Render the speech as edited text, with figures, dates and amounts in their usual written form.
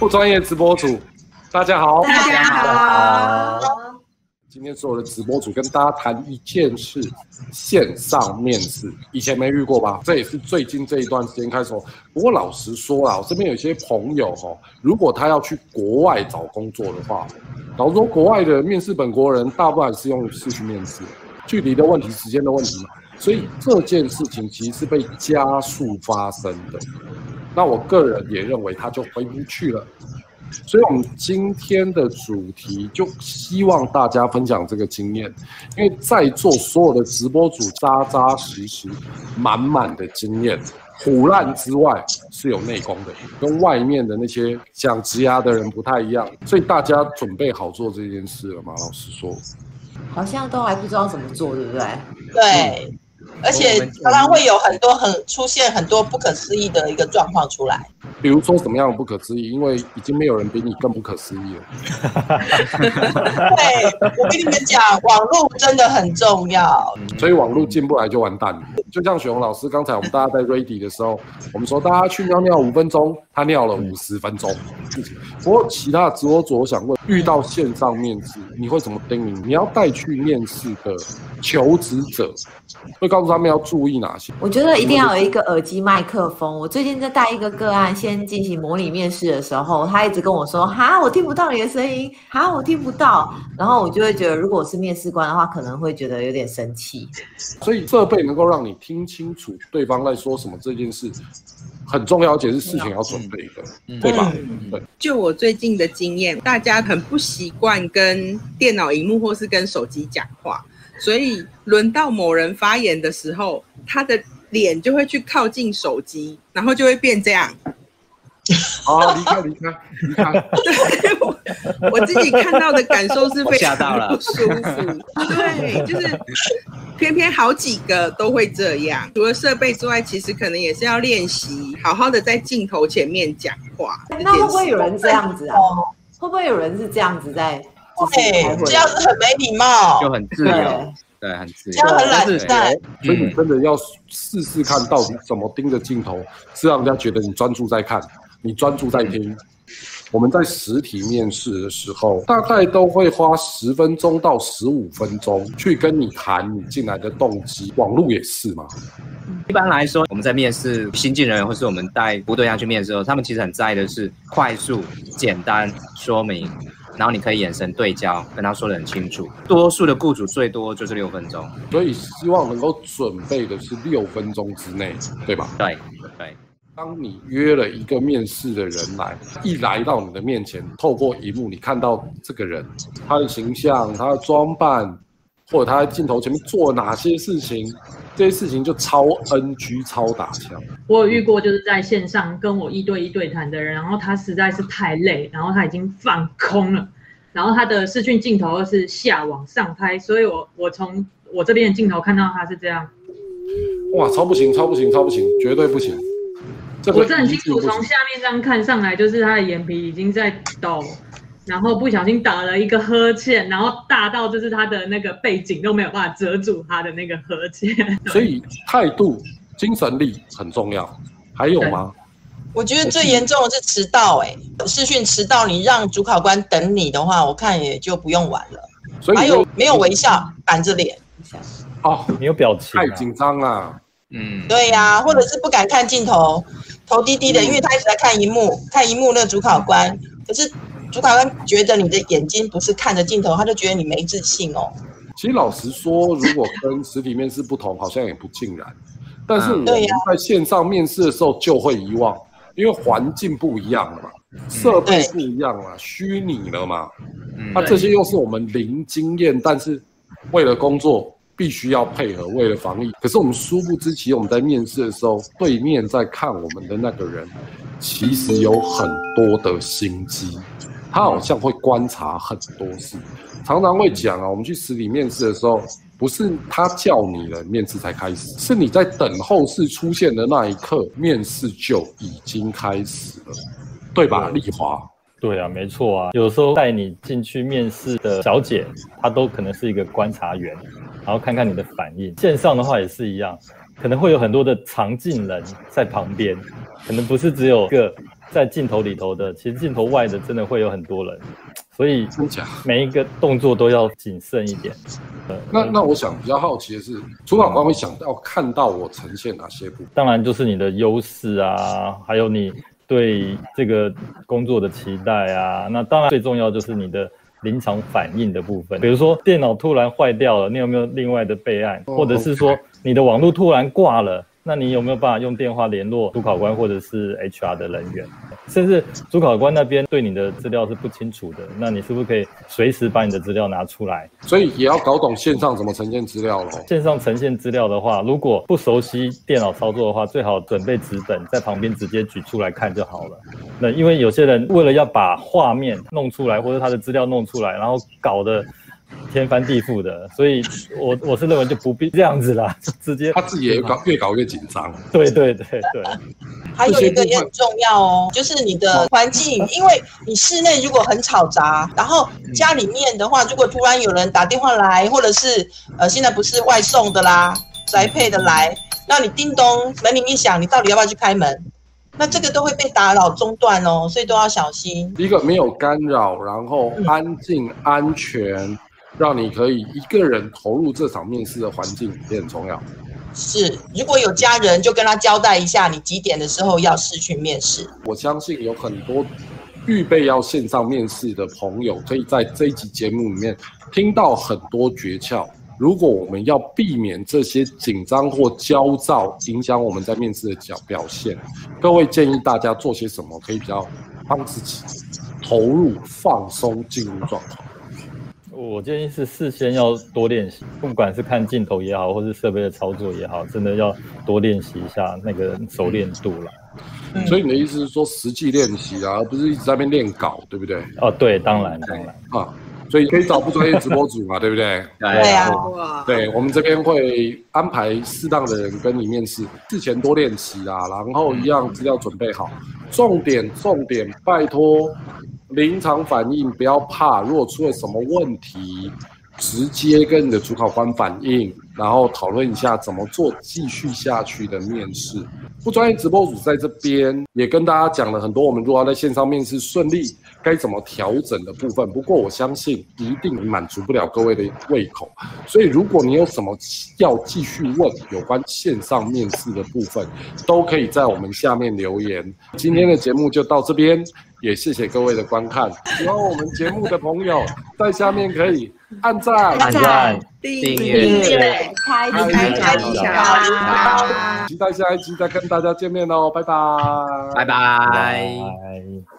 不专业直播主，大家好。 大家好。 今天所有的直播主跟大家谈一件事：线上面试，以前没遇过吧？这也是最近这一段时间开始。不过老实说啦，我这边有些朋友如果他要去国外找工作的话，老实说，国外的面试本国人大部分是用视讯面试，距离的问题、时间的问题嘛，所以这件事情其实是被加速发生的。那我个人也认为他就回不去了。所以我们今天的主题就希望大家分享这个经验，因为在座所有的直播主扎扎实实、满满的经验，唬烂之外是有内功的，跟外面的那些讲职涯的人不太一样。所以大家准备好做这件事了吗？老实说， 好像都还不知道怎么做，对不对？ 对，而且常常会有出现很多不可思议的一个状况出来。 比如说什么样的不可思议？因为已经没有人比你更不可思议了。 对，我跟你们讲，网络真的很重要， 所以网络进不来就完蛋了。就像雪红老师刚才我们大家在 ready 的时候，我们说大家去尿尿5分钟，他尿了50分钟。不过其他的直播主，我想问，遇到线上面试，你会怎么叮咛？你要带去面试的求职者，会告诉他们要注意哪些？ 我觉得一定要有一个耳机麦克风。我最近在带一个个案先进行模拟面试的时候，他一直跟我说：“哈，我听不到你的声音，哈，我听不到。”然后我就会觉得，如果是面试官的话，可能会觉得有点生气。 所以设备能够让你听清楚对方在说什么，这件事很重要，而且是事情要准备的，对吧？对。 就我最近的经验，大家很不习惯跟电脑荧幕或是跟手机讲话，所以轮到某人发言的时候，他的脸就会去靠近手机，然后就会变这样。 好，离开。 对，我自己看到的感受是非常不舒服。对，就是偏偏好几个都会这样。除了设备之外，其实可能也是要练习，好好的在镜头前面讲话。 那会不会有人这样子啊？会不会有人是这样子在？ 对，这样子很没礼貌， 就很自由。对，很自由， 这样很懒散。 所以你真的要试试看，到底怎么盯着镜头，是让人家觉得你专注在看，你专注在听。我们在实体面试的时候，大概都会花10分钟到15分钟去跟你谈你进来的动机。网络也是嘛。 一般来说，我们在面试新进人员，或是我们带服务对象去面试的时候，他们其实很在意的是快速、简单说明。然后你可以眼神对焦，跟他说得很清楚。多数的雇主最多就是6分钟， 所以希望能够准备的是6分钟之内，对吧？ 对。 当你约了一个面试的人一来到你的面前，透过荧幕你看到这个人，他的形象、他的装扮，或者他在镜头前面做哪些事情，这些事情就超 NG 超打枪。 我有遇过就是在线上跟我1对1对谈的人，然后他实在是太累，然后他已经放空了，然后他的视讯镜头又是下往上拍，所以我从我这边的镜头看到他是这样。 哇，超不行，绝对不行。 我是很清楚，从下面这样看上来，就是他的眼皮已经在抖，然后不小心打了一个呵欠，然后大到就是他的那个背景都没有办法遮住他的那个呵欠。 所以态度、精神力很重要。还有吗？ 我觉得最严重的是迟到。视讯迟到，你让主考官等你的话，我看也就不用玩了。所以还有没有微笑，板着脸。 没有表情， 太紧张了。 对呀，或者是不敢看镜头，头低低的，因为他一直在看荧幕，那个主考官。可是主考官觉得你的眼睛不是看着镜头，他就觉得你没自信哦。 其实老实说，如果跟实体面试不同，好像也不尽然。但是我们在线上面试的时候就会遗忘，因为环境不一样了嘛，设备不一样了，虚拟了嘛。那这些又是我们零经验，但是为了工作必须要配合，为了防疫。可是我们殊不知，其实我们在面试的时候，对面在看我们的那个人，其实有很多的心机，他好像会观察很多事。常常会讲我们去实体面试的时候，不是他叫你了，面试才开始，是你在等候室出现的那一刻，面试就已经开始了，对吧？丽华。 对啊，没错啊。有时候带你进去面试的小姐，她都可能是一个观察员，然后看看你的反应。线上的话也是一样，可能会有很多的常进人在旁边，可能不是只有一个在镜头里头的，其实镜头外的真的会有很多人，所以每一个动作都要谨慎一点。 那我想比较好奇的是，主考官会想到看到我呈现哪些部分？ 当然就是你的优势啊，还有你对这个工作的期待啊，那当然最重要就是你的临场反应的部分。比如说电脑突然坏掉了，你有没有另外的备案？或者是说你的网络突然挂了，那你有没有办法用电话联络主考官或者是 HR 的人员？甚至主考官那边对你的资料是不清楚的，那你是不是可以随时把你的资料拿出来？ 所以也要搞懂线上怎么呈现资料咯。 线上呈现资料的话，如果不熟悉电脑操作的话，最好准备纸本，在旁边直接举出来看就好了。那因为有些人为了要把画面弄出来，或者他的资料弄出来，然后搞得天翻地覆的，所以我是认为就不必这样子啦，就直接他自己也越搞越紧张。 对。 还有一个也很重要哦，就是你的环境，因为你室内如果很吵杂，然后家里面的话，如果突然有人打电话来，或者是现在不是外送的啦，宅配的来，那你叮咚门铃一响，你到底要不要去开门？那这个都会被打扰中断哦，所以都要小心。 一个没有干扰，然后安静、安全，让你可以一个人投入这场面试的环境也很重要。 是，如果有家人，就跟他交代一下，你几点的时候要视讯面试。 我相信有很多预备要线上面试的朋友，可以在这一集节目里面听到很多诀窍。如果我们要避免这些紧张或焦躁影响我们在面试的表现，各位建议大家做些什么可以比较帮自己投入、放松、进入状态？ 我建议是事先要多练习，不管是看镜头也好，或是设备的操作也好，真的要多练习一下那个熟练度啦。 所以你的意思是说实际练习啊，而不是一直在那边练稿，对不对？ 哦，对，当然啊，所以可以找不专业直播主嘛，对不对？ 对啊， 对，我们这边会安排适当的人跟你面试，事前多练习啦，然后一样资料准备好，重点，拜托。临场反应不要怕，如果出了什么问题，直接跟你的主考官反映，然后讨论一下怎么做继续下去的面试。不专业直播主在这边也跟大家讲了很多，我们如果要在线上面试顺利该怎么调整的部分。不过我相信一定满足不了各位的胃口，所以如果你有什么要继续问有关线上面试的部分，都可以在我们下面留言。今天的节目就到这边。也谢谢各位的观看，喜欢我们节目的朋友，在下面可以按赞、 订阅、开启小铃铛， 期待下一集再跟大家见面哦，拜拜， 拜拜。